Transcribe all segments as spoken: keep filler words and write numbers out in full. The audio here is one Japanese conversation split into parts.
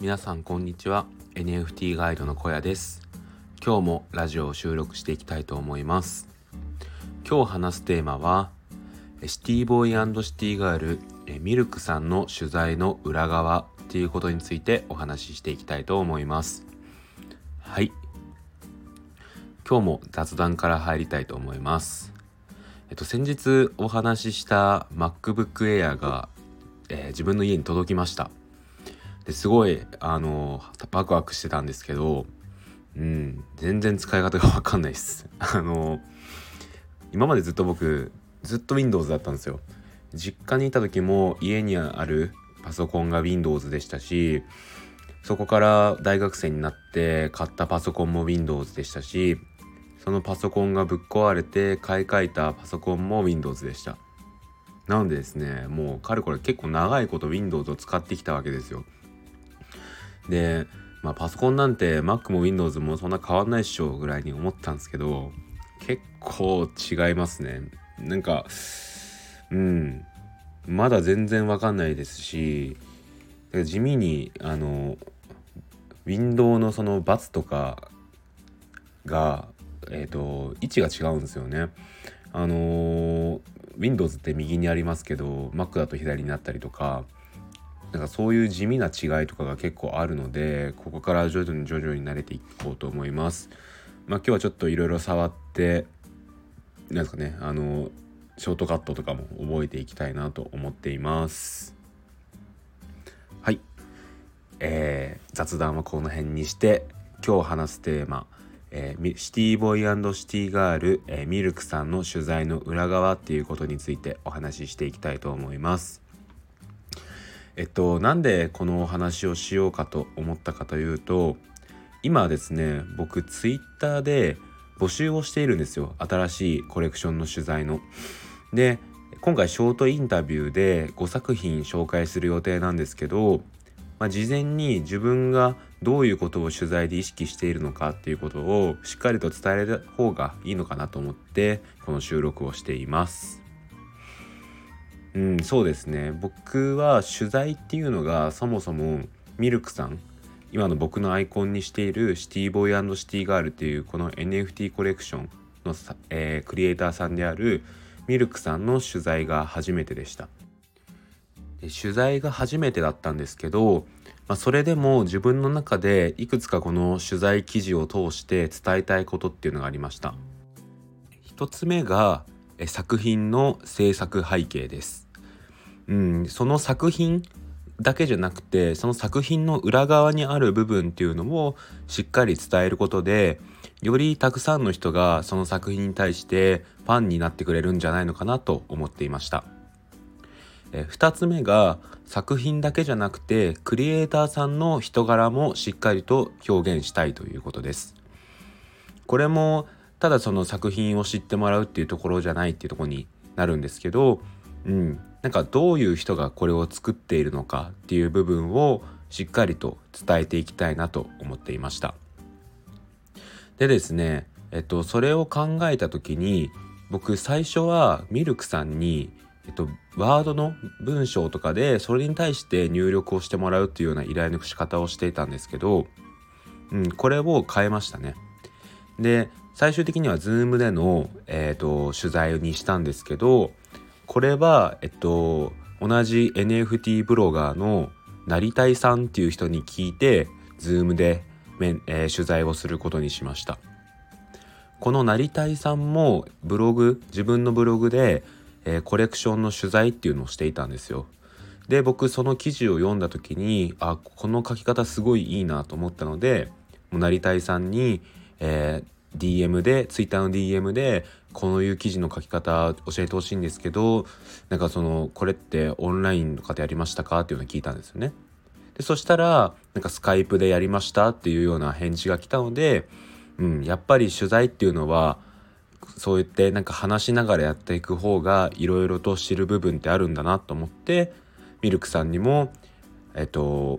皆さんこんにちは。 エヌエフティー ガイドの小屋です。今日もラジオを収録していきたいと思います。今日話すテーマはシティボーイ&シティガールミルクさんの取材の裏側っていうことについてお話ししていきたいと思います。はい、今日も雑談から入りたいと思います。えっと先日お話しした MacBook Air が、えー、自分の家に届きました。ですごいあのワクワクしてたんですけど、うん全然使い方が分かんないですあの今までずっと僕ずっと Windows だったんですよ。実家にいた時も家にあるパソコンが Windows でしたし、そこから大学生になって買ったパソコンも Windows でしたし、そのパソコンがぶっ壊れて買い替えたパソコンも Windows でした。なのでですね、もうかれこれ結構長いこと Windows を使ってきたわけですよ。で、まあ、パソコンなんて Mac も Windows もそんな変わんないっしょぐらいに思ったんですけど、結構違いますね。なんかうんまだ全然わかんないですし、地味にあのウィンドウのそのバツとかがえっと位置が違うんですよね。あの Windows って右にありますけど Mac だと左になったりとか、なんかそういう地味な違いとかが結構あるので、ここから徐々に徐々に慣れていこうと思います。まあ今日はちょっといろいろ触ってなんですかね、あのショートカットとかも覚えていきたいなと思っています。はい、えー、雑談はこの辺にして、今日話すテーマ、えー、シティボーイ&シティガール、えー、ミルクさんの取材の裏側っていうことについてお話ししていきたいと思います。えっとなんでこのお話をしようかと思ったかというと、今ですね、僕ツイッターで募集をしているんですよ。新しいコレクションの取材の。で、今回ショートインタビューでごさく品紹介する予定なんですけど、まあ、事前に自分がどういうことを取材で意識しているのかっていうことをしっかりと伝える方がいいのかなと思ってこの収録をしています。うん、そうですね。僕は取材っていうのがそもそもミルクさん、今の僕のアイコンにしているシティボーイ&シティガールっていうこの エヌエフティー コレクションの、えー、クリエイターさんであるミルクさんの取材が初めてでした。で取材が初めてだったんですけど、まあ、それでも自分の中でいくつかこの取材記事を通して伝えたいことっていうのがありました。一つ目がえ作品の制作背景です。うん、その作品だけじゃなくて、その作品の裏側にある部分っていうのもしっかり伝えることで、よりたくさんの人がその作品に対してファンになってくれるんじゃないのかなと思っていました。えふたつめが作品だけじゃなくてクリエイターさんの人柄もしっかりと表現したいということです。これもただその作品を知ってもらうっていうところじゃないっていうところになるんですけど、うん、なんかどういう人がこれを作っているのかっていう部分をしっかりと伝えていきたいなと思っていました。でですね、えっとそれを考えた時に、僕最初はミルクさんにえっとワードの文章とかでそれに対して入力をしてもらうっていうような依頼の仕方をしていたんですけど、うん、これを変えましたね。で最終的には Zoom での、えーと、取材にしたんですけど、これは、えっと、同じ エヌエフティー ブロガーの成田さんっていう人に聞いて Zoom で、えー、取材をすることにしました。この成田さんもブログ自分のブログで、えー、コレクションの取材っていうのをしていたんですよ。で僕その記事を読んだ時に、あこの書き方すごいいいなと思ったので、もう成田さんに、えーディーエム で Twitter の ディーエム でこういう記事の書き方教えてほしいんですけど、なんかそのこれってオンラインとかでやりましたかっていうのを聞いたんですよね。でそしたらなんかスカイプでやりましたっていうような返事が来たので、うん、やっぱり取材っていうのはそう言ってなんか話しながらやっていく方がいろいろと知る部分ってあるんだなと思って、ミルクさんにもえっと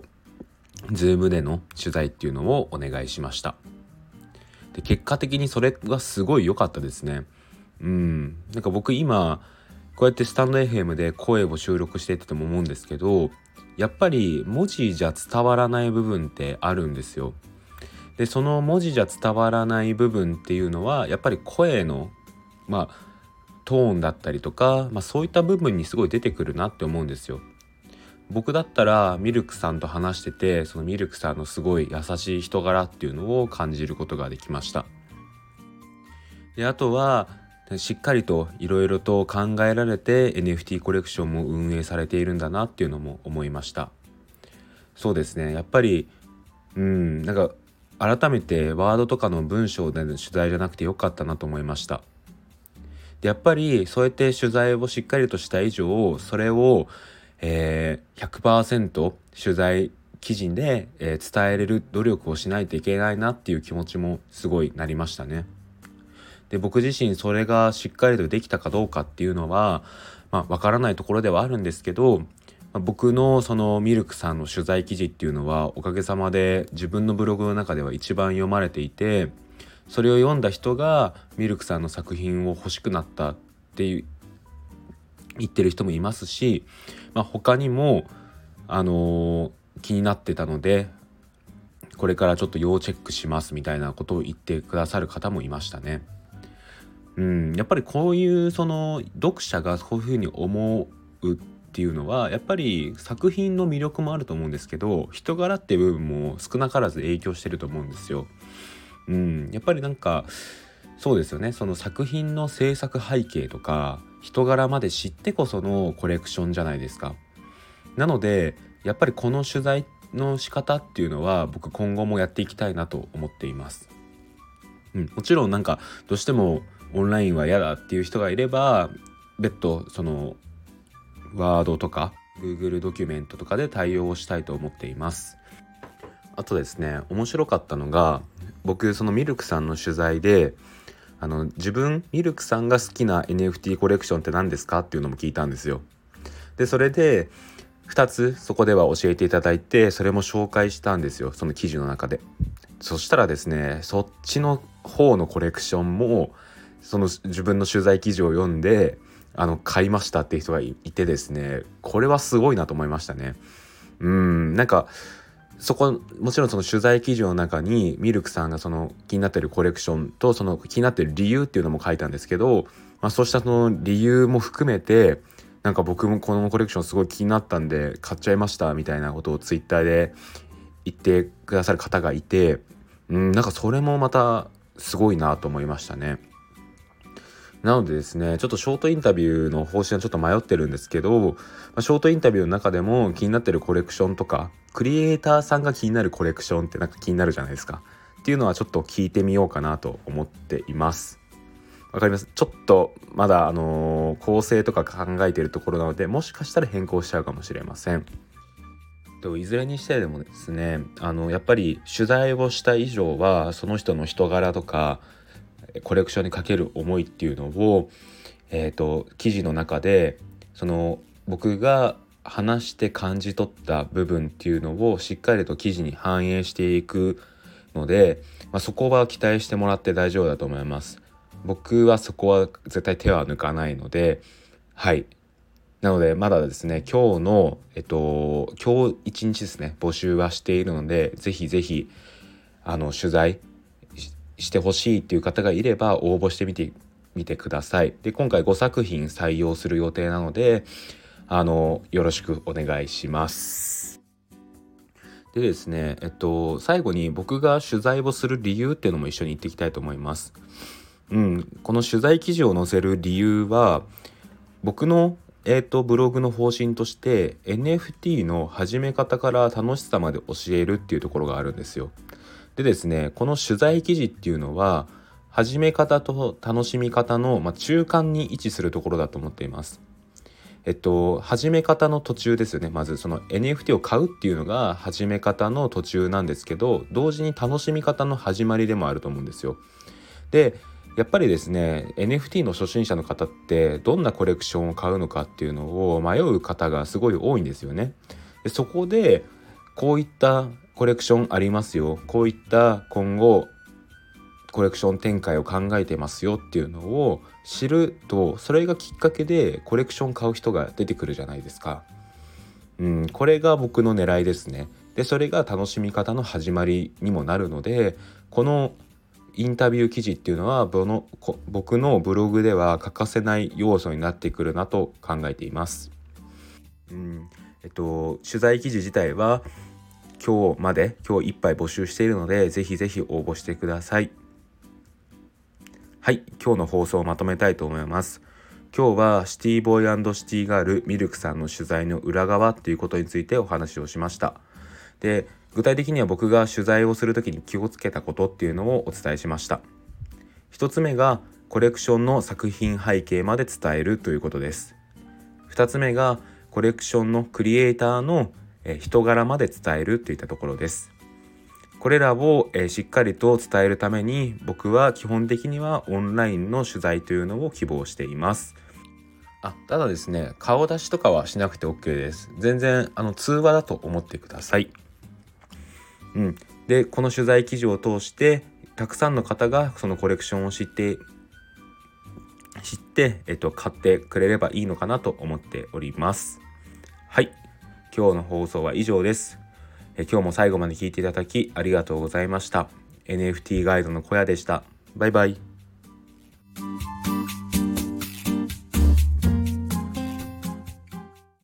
Zoom での取材っていうのをお願いしました。で結果的にそれがすごい良かったですね。うん、なんか僕今こうやってスタンド エフエム で声を収録してってても思うんですけど、 やっぱり文字じゃ伝わらない部分ってあるんですよ。でその文字じゃ伝わらない部分っていうのはやっぱり声のまあトーンだったりとか、まあ、そういった部分にすごい出てくるなって思うんですよ。僕だったらミルクさんと話してて、そのミルクさんのすごい優しい人柄っていうのを感じることができました。であとはしっかりといろいろと考えられて エヌエフティー コレクションも運営されているんだなっていうのも思いました。そうですね、やっぱりうんなんか改めてワードとかの文章での取材じゃなくてよかったなと思いました。でやっぱりそうやって取材をしっかりとした以上、それを、えー、ひゃくパーセント 取材記事で、えー、伝えれる努力をしないといけないなっていう気持ちもすごいなりましたね。で僕自身それがしっかりとできたかどうかっていうのはまあわからないところではあるんですけど、まあ、僕のそのミルクさんの取材記事っていうのはおかげさまで自分のブログの中では一番読まれていて、それを読んだ人がミルクさんの作品を欲しくなったっていう言ってる人もいますし、まあ、他にも、あのー気になってたのでこれからちょっと要チェックしますみたいなことを言ってくださる方もいましたね。うん、やっぱりこういうその読者がこういうふうに思うっていうのはやっぱり作品の魅力もあると思うんですけど、人柄っていう部分も少なからず影響してると思うんですよ。うん、やっぱりなんかそうですよね、その作品の制作背景とか人柄まで知ってこそのコレクションじゃないですか。なのでやっぱりこの取材の仕方っていうのは僕今後もやっていきたいなと思っています。うん、もちろんなんかどうしてもオンラインは嫌だっていう人がいれば別途そのワードとか Google ドキュメントとかで対応をしたいと思っています。あとですね、面白かったのが僕そのミルクさんの取材であの自分ミルクさんが好きな エヌエフティー コレクションって何ですかっていうのも聞いたんですよ。でそれでふたつそこでは教えていただいて、それも紹介したんですよ、その記事の中で。そしたらですね、そっちの方のコレクションもその自分の取材記事を読んであの買いましたっていう人がいてですね、これはすごいなと思いましたね。うんなんかそこもちろんその取材記事の中にミルクさんがその気になってるコレクションとその気になってる理由っていうのも書いたんですけど、まあ、そうしたその理由も含めてなんか僕もこのコレクションすごい気になったんで買っちゃいましたみたいなことをツイッターで言ってくださる方がいて、うんなんかそれもまたすごいなと思いましたね。なのでですね、ちょっとショートインタビューの方針はちょっと迷ってるんですけど、まあ、ショートインタビューの中でも気になってるコレクションとかクリエイターさんが気になるコレクションってなんか気になるじゃないですかっていうのはちょっと聞いてみようかなと思っています。わかります。ちょっとまだあのー構成とか考えているところなのでもしかしたら変更しちゃうかもしれません。といずれにしてでもですね、あのやっぱり取材をした以上はその人の人柄とかコレクションにかける思いっていうのを、えーと、記事の中でその僕が話して感じ取った部分っていうのをしっかりと記事に反映していくので、まあ、そこは期待してもらって大丈夫だと思います。僕はそこは絶対手は抜かないので、はいなのでまだですね今日のえっと今日一日ですね募集はしているので、ぜひぜひあの取材してほしいっていう方がいれば応募してみてみてください。で今回ごさく品採用する予定なのであのよろしくお願いします。でですねえっと最後に僕が取材をする理由っていうのも一緒に言っていきたいと思います。うん、この取材記事を載せる理由は僕のえーとブログの方針として エヌエフティー の始め方から楽しさまで教えるっていうところがあるんですよ。でですねこの取材記事っていうのは始め方と楽しみ方の、まあ、中間に位置するところだと思っています。えっと始め方の途中ですよね。まずその エヌエフティー を買うっていうのが始め方の途中なんですけど、同時に楽しみ方の始まりでもあると思うんですよ。でやっぱりですね エヌエフティー の初心者の方ってどんなコレクションを買うのかっていうのを迷う方がすごい多いんですよね。でそこでこういったコレクションありますよ、こういった今後コレクション展開を考えてますよっていうのを知ると、それがきっかけでコレクション買う人が出てくるじゃないですか。 うん、これが僕の狙いですね。でそれが楽しみ方の始まりにもなるので、このインタビュー記事っていうのは僕の僕のブログでは欠かせない要素になってくるなと考えています。うんえっと、取材記事自体は今日まで今日いっぱい募集しているので、ぜひぜひ応募してください。はい、今日の放送をまとめたいと思います。今日はシティボーイ&シティガールミルクさんの取材の裏側ということについてお話をしました。で具体的には僕が取材をするときに気をつけたことっていうのをお伝えしました。一つ目がコレクションの作品背景まで伝えるということです。二つ目がコレクションのクリエイターの人柄まで伝えるといったところです。これらをしっかりと伝えるために、僕は基本的にはオンラインの取材というのを希望しています。あただですね、顔出しとかはしなくて OK です。全然あの通話だと思ってください。うん、でこの取材記事を通してたくさんの方がそのコレクションを知って知って、えっと、買ってくれればいいのかなと思っております。はい、今日の放送は以上です。え今日も最後まで聞いていただきありがとうございました。 エヌエフティー ガイドの小屋でした。バイバイ。